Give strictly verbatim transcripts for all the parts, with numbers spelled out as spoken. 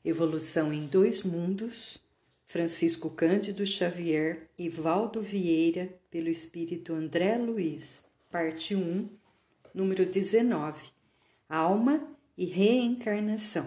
Evolução em Dois Mundos, Francisco Cândido Xavier e Valdo Vieira, pelo Espírito André Luiz, parte um, número dezenove, Alma e Reencarnação.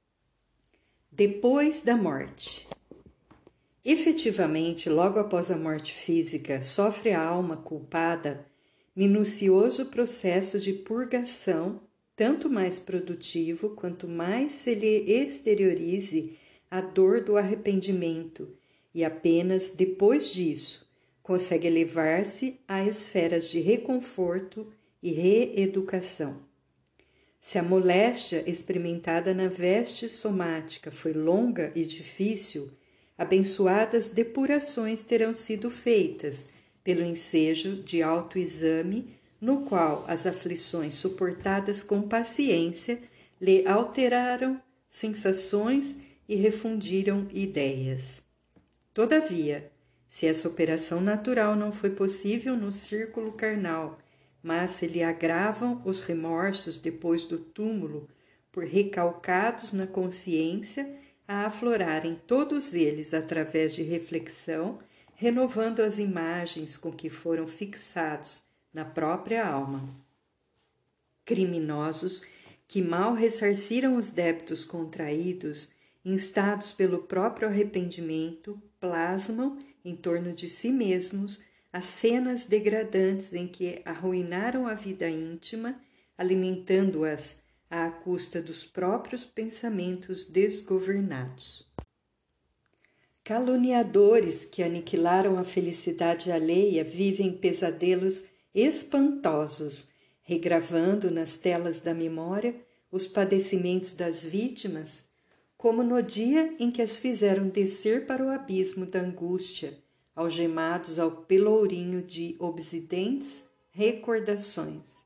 Depois da morte. Efetivamente, logo após a morte física, sofre a alma culpada minucioso processo de purgação, tanto mais produtivo quanto mais se lhe exteriorize a dor do arrependimento, e apenas depois disso consegue elevar-se a esferas de reconforto e reeducação. Se a moléstia experimentada na veste somática foi longa e difícil, abençoadas depurações terão sido feitas pelo ensejo de autoexame, no qual as aflições suportadas com paciência lhe alteraram sensações e refundiram ideias. Todavia, se essa operação natural não foi possível no círculo carnal, mas se lhe agravam os remorsos depois do túmulo, por recalcados na consciência, a aflorarem todos eles através de reflexão, renovando as imagens com que foram fixados na própria alma. Criminosos que mal ressarciram os débitos contraídos, instados pelo próprio arrependimento, plasmam em torno de si mesmos as cenas degradantes em que arruinaram a vida íntima, alimentando-as à custa dos próprios pensamentos desgovernados. Caluniadores que aniquilaram a felicidade alheia vivem pesadelos espantosos, regravando nas telas da memória os padecimentos das vítimas, como no dia em que as fizeram descer para o abismo da angústia, algemados ao pelourinho de obsidentes recordações.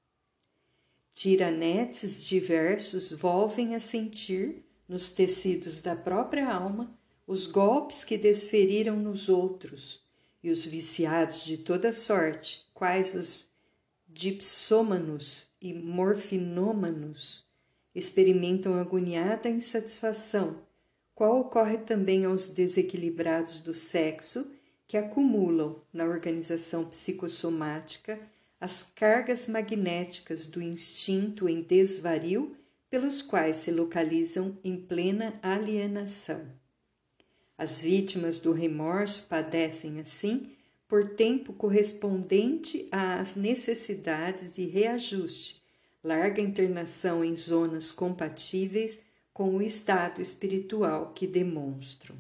Tiranetes diversos volvem a sentir, nos tecidos da própria alma, os golpes que desferiram nos outros, e os viciados de toda sorte, quais os dipsômanos e morfinômanos, experimentam agoniada insatisfação, qual ocorre também aos desequilibrados do sexo, que acumulam na organização psicossomática as cargas magnéticas do instinto em desvario, pelos quais se localizam em plena alienação. As vítimas do remorso padecem, assim, por tempo correspondente às necessidades de reajuste, larga internação em zonas compatíveis com o estado espiritual que demonstram.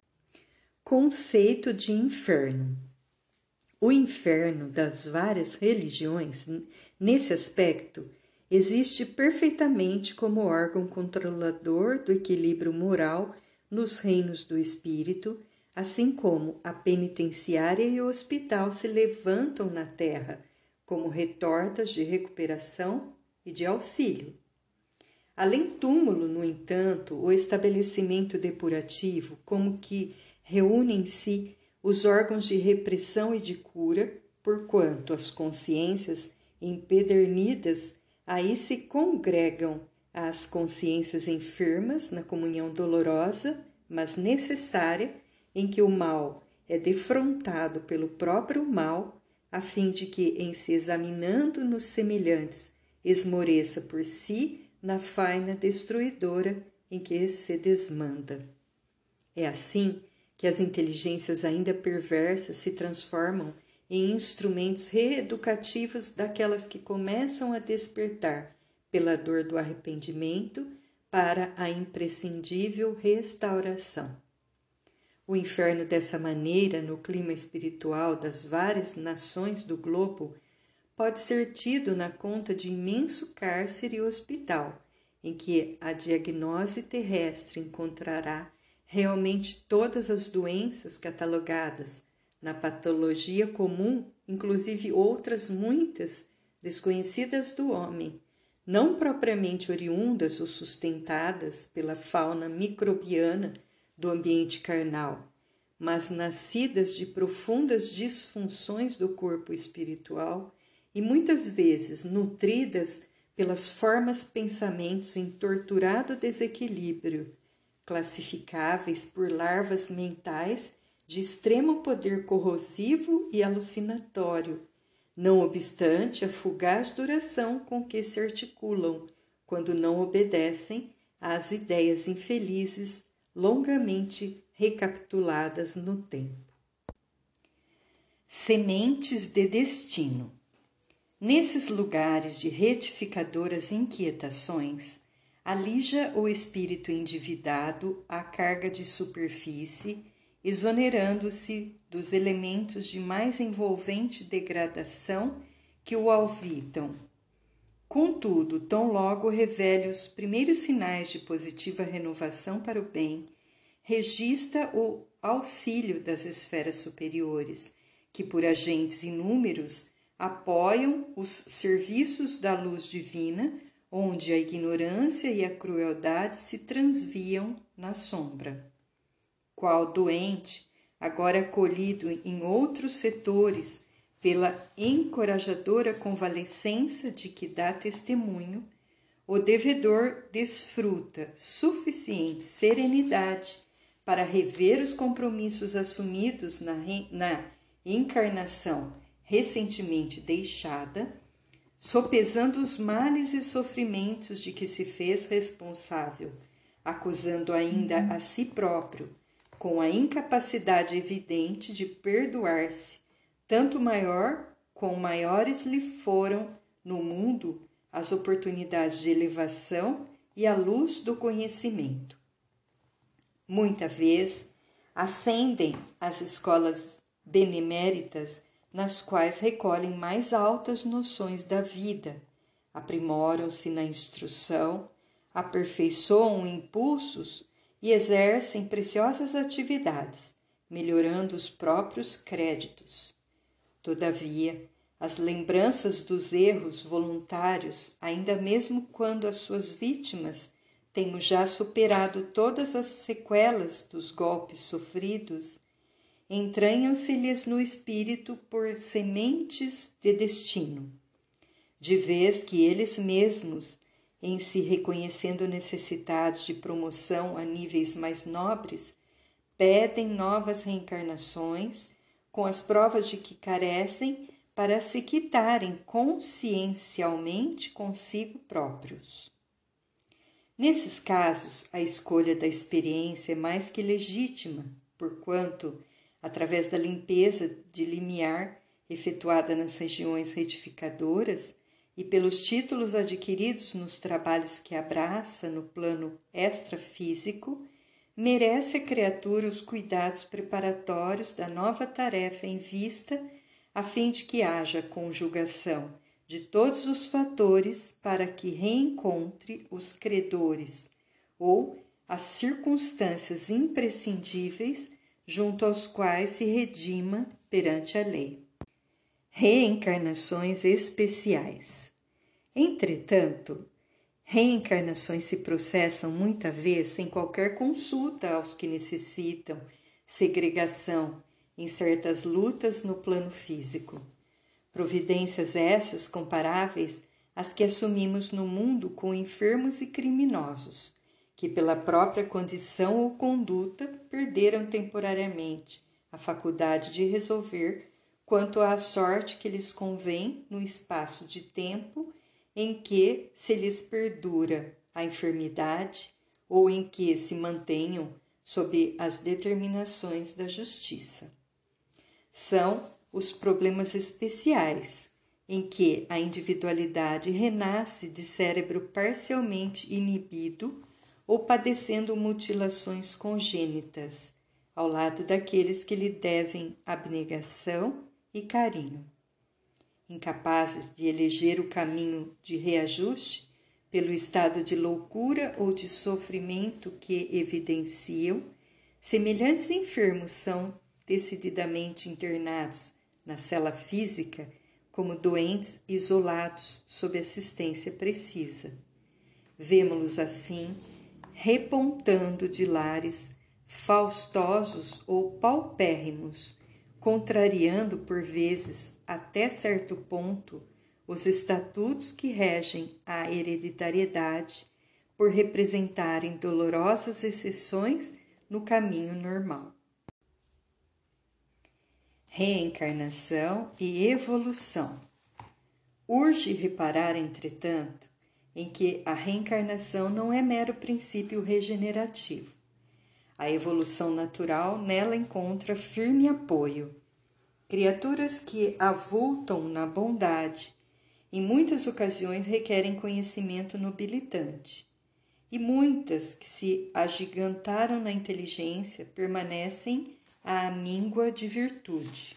Conceito de inferno. O inferno das várias religiões, nesse aspecto, existe perfeitamente como órgão controlador do equilíbrio moral nos reinos do espírito, assim como a penitenciária e o hospital se levantam na terra como retortas de recuperação e de auxílio. Além túmulo, no entanto, o estabelecimento depurativo, como que reúne em si os órgãos de repressão e de cura, porquanto as consciências empedernidas aí se congregam às consciências enfermas na comunhão dolorosa, mas necessária, em que o mal é defrontado pelo próprio mal, a fim de que, em se examinando nos semelhantes, esmoreça por si na faina destruidora em que se desmanda. É assim que as inteligências ainda perversas se transformam em instrumentos reeducativos daquelas que começam a despertar pela dor do arrependimento para a imprescindível restauração. O inferno, dessa maneira, no clima espiritual das várias nações do globo, pode ser tido na conta de imenso cárcere e hospital, em que a diagnose terrestre encontrará realmente todas as doenças catalogadas na patologia comum, inclusive outras muitas desconhecidas do homem, não propriamente oriundas ou sustentadas pela fauna microbiana do ambiente carnal, mas nascidas de profundas disfunções do corpo espiritual e muitas vezes nutridas pelas formas pensamentos em torturado desequilíbrio, classificáveis por larvas mentais de extremo poder corrosivo e alucinatório, não obstante a fugaz duração com que se articulam quando não obedecem às ideias infelizes longamente recapituladas no tempo. Sementes de destino. Nesses lugares de retificadoras inquietações, alija o espírito endividado à carga de superfície, exonerando-se dos elementos de mais envolvente degradação que o alvitam. Contudo, tão logo revele os primeiros sinais de positiva renovação para o bem, registra o auxílio das esferas superiores, que por agentes inúmeros apoiam os serviços da luz divina, onde a ignorância e a crueldade se transviam na sombra. Qual doente, agora acolhido em outros setores pela encorajadora convalescença de que dá testemunho, o devedor desfruta suficiente serenidade para rever os compromissos assumidos na, na encarnação recentemente deixada, sopesando os males e sofrimentos de que se fez responsável, acusando ainda a si próprio, com a incapacidade evidente de perdoar-se, tanto maior quão maiores lhe foram no mundo as oportunidades de elevação e a luz do conhecimento. Muita vez ascendem as escolas beneméritas, nas quais recolhem mais altas noções da vida, aprimoram-se na instrução, aperfeiçoam impulsos e exercem preciosas atividades, melhorando os próprios créditos. Todavia, as lembranças dos erros voluntários, ainda mesmo quando as suas vítimas tenham já superado todas as sequelas dos golpes sofridos, entranham-se-lhes no espírito por sementes de destino, de vez que eles mesmos, em se reconhecendo necessitados de promoção a níveis mais nobres, pedem novas reencarnações com as provas de que carecem para se quitarem consciencialmente consigo próprios. Nesses casos, a escolha da experiência é mais que legítima, porquanto, através da limpeza de limiar efetuada nas regiões retificadoras e pelos títulos adquiridos nos trabalhos que abraça no plano extrafísico, merece a criatura os cuidados preparatórios da nova tarefa em vista, a fim de que haja conjugação de todos os fatores para que reencontre os credores ou as circunstâncias imprescindíveis junto aos quais se redima perante a lei. Reencarnações especiais. Entretanto, reencarnações se processam muita vez sem qualquer consulta aos que necessitam segregação em certas lutas no plano físico. Providências essas comparáveis às que assumimos no mundo com enfermos e criminosos, que pela própria condição ou conduta perderam temporariamente a faculdade de resolver quanto à sorte que lhes convém no espaço de tempo em que se lhes perdura a enfermidade ou em que se mantenham sob as determinações da justiça. São os problemas especiais, em que a individualidade renasce de cérebro parcialmente inibido ou padecendo mutilações congênitas, ao lado daqueles que lhe devem abnegação e carinho. Incapazes de eleger o caminho de reajuste pelo estado de loucura ou de sofrimento que evidenciam, semelhantes enfermos são decididamente internados na cela física como doentes isolados sob assistência precisa. Vemo-los assim repontando de lares faustosos ou paupérrimos, contrariando por vezes, até certo ponto, os estatutos que regem a hereditariedade, por representarem dolorosas exceções no caminho normal. Reencarnação e evolução. Urge reparar, entretanto, em que a reencarnação não é mero princípio regenerativo. A evolução natural nela encontra firme apoio. Criaturas que avultam na bondade, em muitas ocasiões requerem conhecimento nobilitante, e muitas que se agigantaram na inteligência permanecem à míngua de virtude.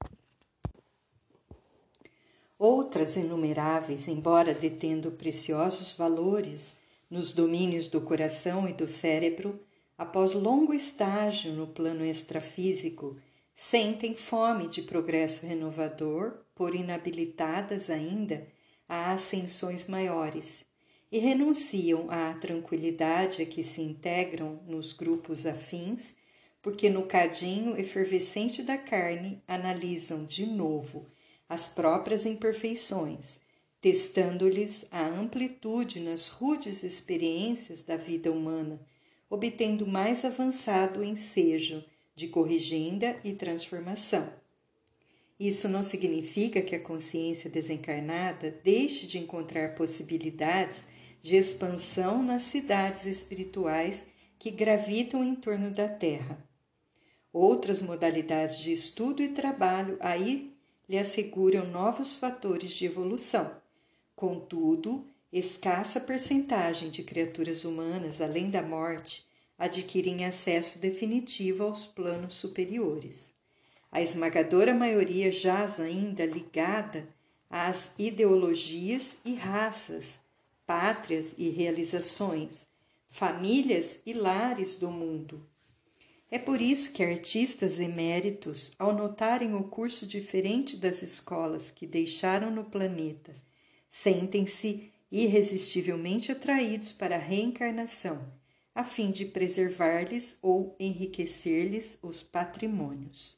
Outras inumeráveis, embora detendo preciosos valores nos domínios do coração e do cérebro, após longo estágio no plano extrafísico, sentem fome de progresso renovador, por inabilitadas ainda a ascensões maiores, e renunciam à tranquilidade a que se integram nos grupos afins, porque no cadinho efervescente da carne analisam de novo as próprias imperfeições, testando-lhes a amplitude nas rudes experiências da vida humana, obtendo mais avançado ensejo de corrigenda e transformação. Isso não significa que a consciência desencarnada deixe de encontrar possibilidades de expansão nas cidades espirituais que gravitam em torno da Terra. Outras modalidades de estudo e trabalho aí lhe asseguram novos fatores de evolução. Contudo, escassa percentagem de criaturas humanas, além da morte, adquirem acesso definitivo aos planos superiores. A esmagadora maioria jaz ainda ligada às ideologias e raças, pátrias e realizações, famílias e lares do mundo. É por isso que artistas eméritos, ao notarem o curso diferente das escolas que deixaram no planeta, sentem-se irresistivelmente atraídos para a reencarnação, a fim de preservar-lhes ou enriquecer-lhes os patrimônios.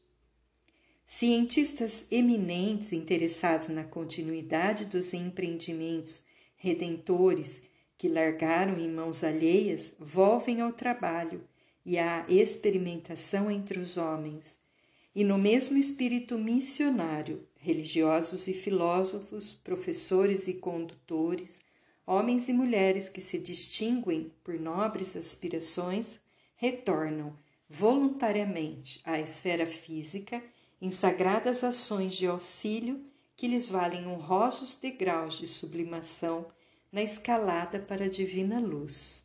Cientistas eminentes interessados na continuidade dos empreendimentos redentores que largaram em mãos alheias volvem ao trabalho e à experimentação entre os homens, e no mesmo espírito missionário, religiosos e filósofos, professores e condutores, homens e mulheres que se distinguem por nobres aspirações, retornam voluntariamente à esfera física em sagradas ações de auxílio que lhes valem honrosos degraus de sublimação na escalada para a divina luz.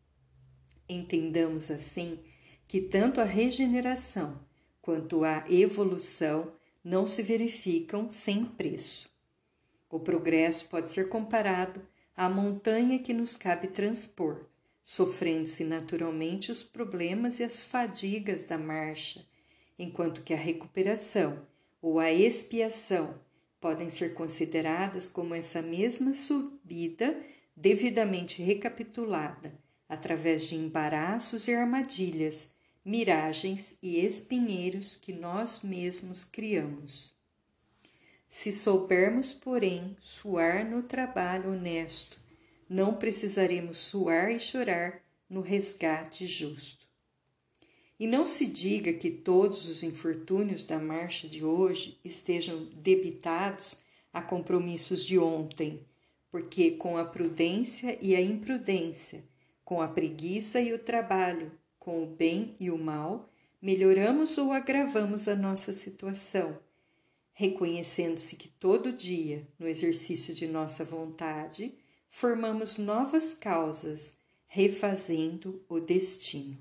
Entendamos assim que tanto a regeneração quanto a evolução não se verificam sem preço. O progresso pode ser comparado à montanha que nos cabe transpor, sofrendo-se naturalmente os problemas e as fadigas da marcha, enquanto que a recuperação ou a expiação podem ser consideradas como essa mesma subida devidamente recapitulada, através de embaraços e armadilhas, miragens e espinheiros que nós mesmos criamos. Se soubermos, porém, suar no trabalho honesto, não precisaremos suar e chorar no resgate justo. E não se diga que todos os infortúnios da marcha de hoje estejam debitados a compromissos de ontem, porque com a prudência e a imprudência, com a preguiça e o trabalho, com o bem e o mal, melhoramos ou agravamos a nossa situação, reconhecendo-se que todo dia, no exercício de nossa vontade, formamos novas causas, refazendo o destino.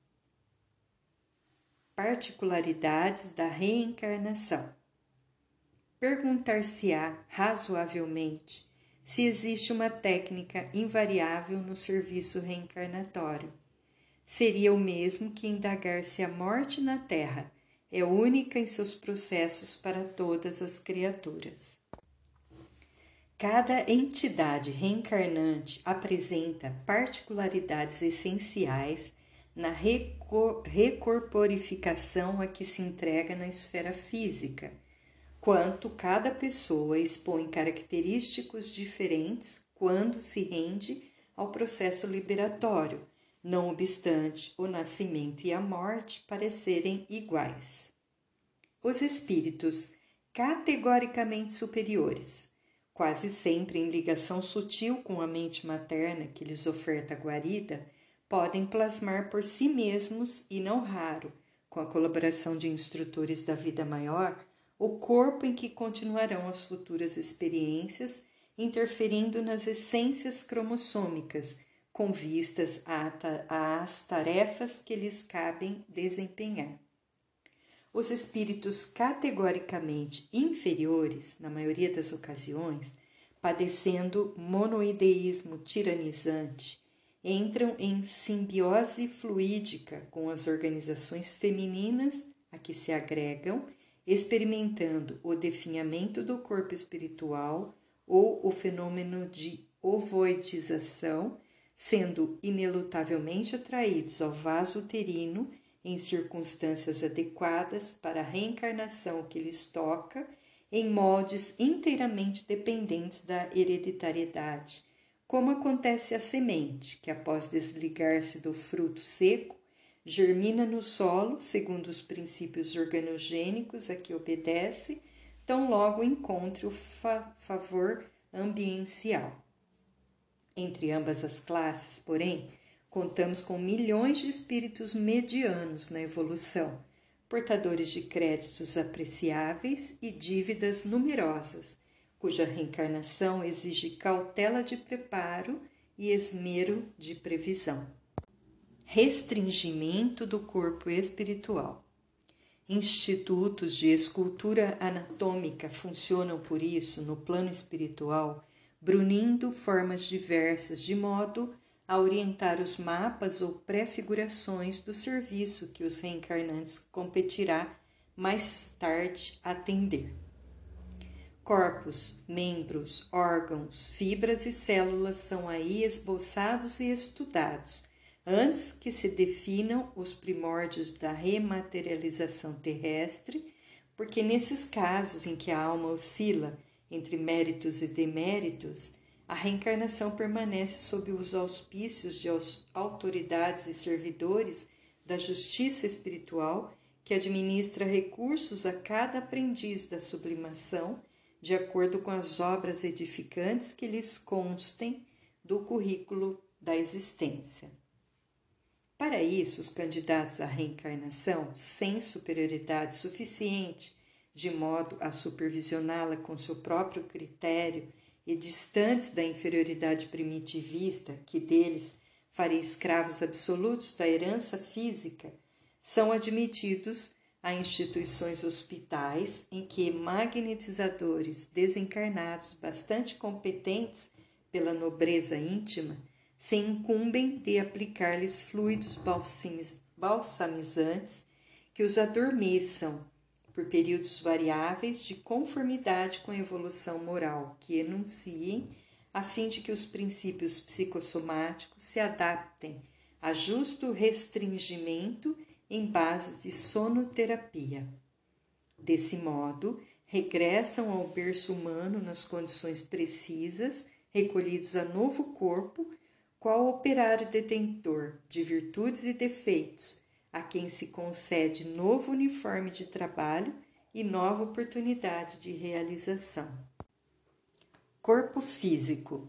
Particularidades da reencarnação. Perguntar-se-á razoavelmente se existe uma técnica invariável no serviço reencarnatório. Seria o mesmo que indagar se a morte na Terra é única em seus processos para todas as criaturas. Cada entidade reencarnante apresenta particularidades essenciais na recorporificação a que se entrega na esfera física, quanto cada pessoa expõe característicos diferentes quando se rende ao processo liberatório, não obstante o nascimento e a morte parecerem iguais. Os espíritos categoricamente superiores, quase sempre em ligação sutil com a mente materna que lhes oferta a guarida, podem plasmar por si mesmos e não raro, com a colaboração de instrutores da vida maior, o corpo em que continuarão as futuras experiências, interferindo nas essências cromossômicas, com vistas às tarefas que lhes cabem desempenhar. Os espíritos categoricamente inferiores, na maioria das ocasiões, padecendo monoideísmo tiranizante, entram em simbiose fluídica com as organizações femininas a que se agregam, experimentando o definhamento do corpo espiritual ou o fenômeno de ovoidização, sendo inelutavelmente atraídos ao vaso uterino em circunstâncias adequadas para a reencarnação que lhes toca, em moldes inteiramente dependentes da hereditariedade, como acontece à semente, que após desligar-se do fruto seco, germina no solo, segundo os princípios organogênicos a que obedece, tão logo encontre o fa- favor ambiencial. Entre ambas as classes, porém, contamos com milhões de espíritos medianos na evolução, portadores de créditos apreciáveis e dívidas numerosas, cuja reencarnação exige cautela de preparo e esmero de previsão. Restringimento do corpo espiritual. Institutos de escultura anatômica funcionam por isso no plano espiritual, brunindo formas diversas de modo a orientar os mapas ou prefigurações do serviço que os reencarnantes competirá mais tarde atender. Corpos, membros, órgãos, fibras e células são aí esboçados e estudados, antes que se definam os primórdios da rematerialização terrestre, porque nesses casos em que a alma oscila entre méritos e deméritos, a reencarnação permanece sob os auspícios de autoridades e servidores da justiça espiritual que administra recursos a cada aprendiz da sublimação, de acordo com as obras edificantes que lhes constem do currículo da existência. Para isso, os candidatos à reencarnação, sem superioridade suficiente, de modo a supervisioná-la com seu próprio critério e distantes da inferioridade primitivista que deles faria escravos absolutos da herança física, são admitidos a instituições hospitais em que magnetizadores desencarnados bastante competentes pela nobreza íntima se incumbem de aplicar-lhes fluidos balsamizantes que os adormeçam por períodos variáveis de conformidade com a evolução moral que enunciem, a fim de que os princípios psicossomáticos se adaptem a justo restringimento em bases de sonoterapia. Desse modo, regressam ao berço humano nas condições precisas, recolhidos a novo corpo, qual operário detentor de virtudes e defeitos, a quem se concede novo uniforme de trabalho e nova oportunidade de realização. Corpo físico.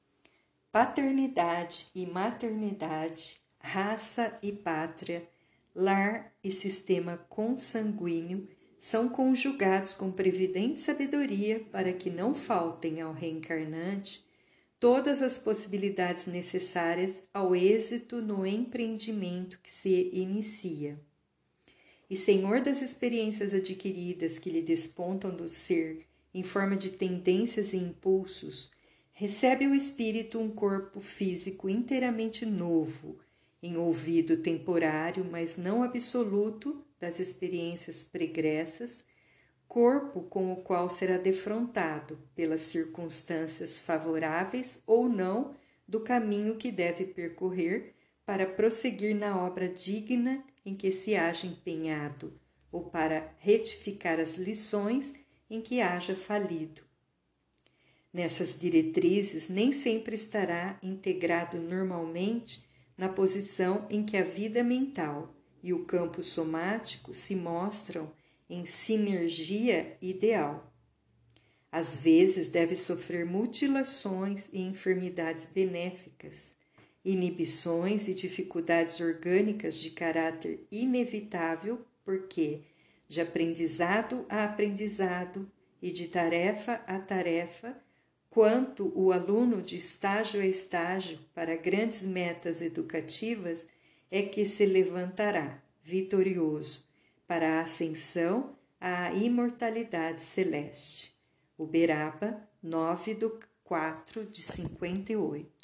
Paternidade e maternidade, raça e pátria, lar e sistema consanguíneo são conjugados com previdente sabedoria para que não faltem ao reencarnante todas as possibilidades necessárias ao êxito no empreendimento que se inicia. E senhor das experiências adquiridas que lhe despontam do ser em forma de tendências e impulsos, recebe o espírito um corpo físico inteiramente novo, em ouvido temporário, mas não absoluto, das experiências pregressas, corpo com o qual será defrontado pelas circunstâncias favoráveis ou não do caminho que deve percorrer para prosseguir na obra digna em que se haja empenhado, ou para retificar as lições em que haja falido. Nessas diretrizes, nem sempre estará integrado normalmente na posição em que a vida mental e o campo somático se mostram em sinergia ideal. Às vezes deve sofrer mutilações e enfermidades benéficas, inibições e dificuldades orgânicas de caráter inevitável, porque, de aprendizado a aprendizado e de tarefa a tarefa, quanto o aluno de estágio a estágio para grandes metas educativas é que se levantará vitorioso para a ascensão à imortalidade celeste. Uberaba, nove de quatro de cinquenta e oito.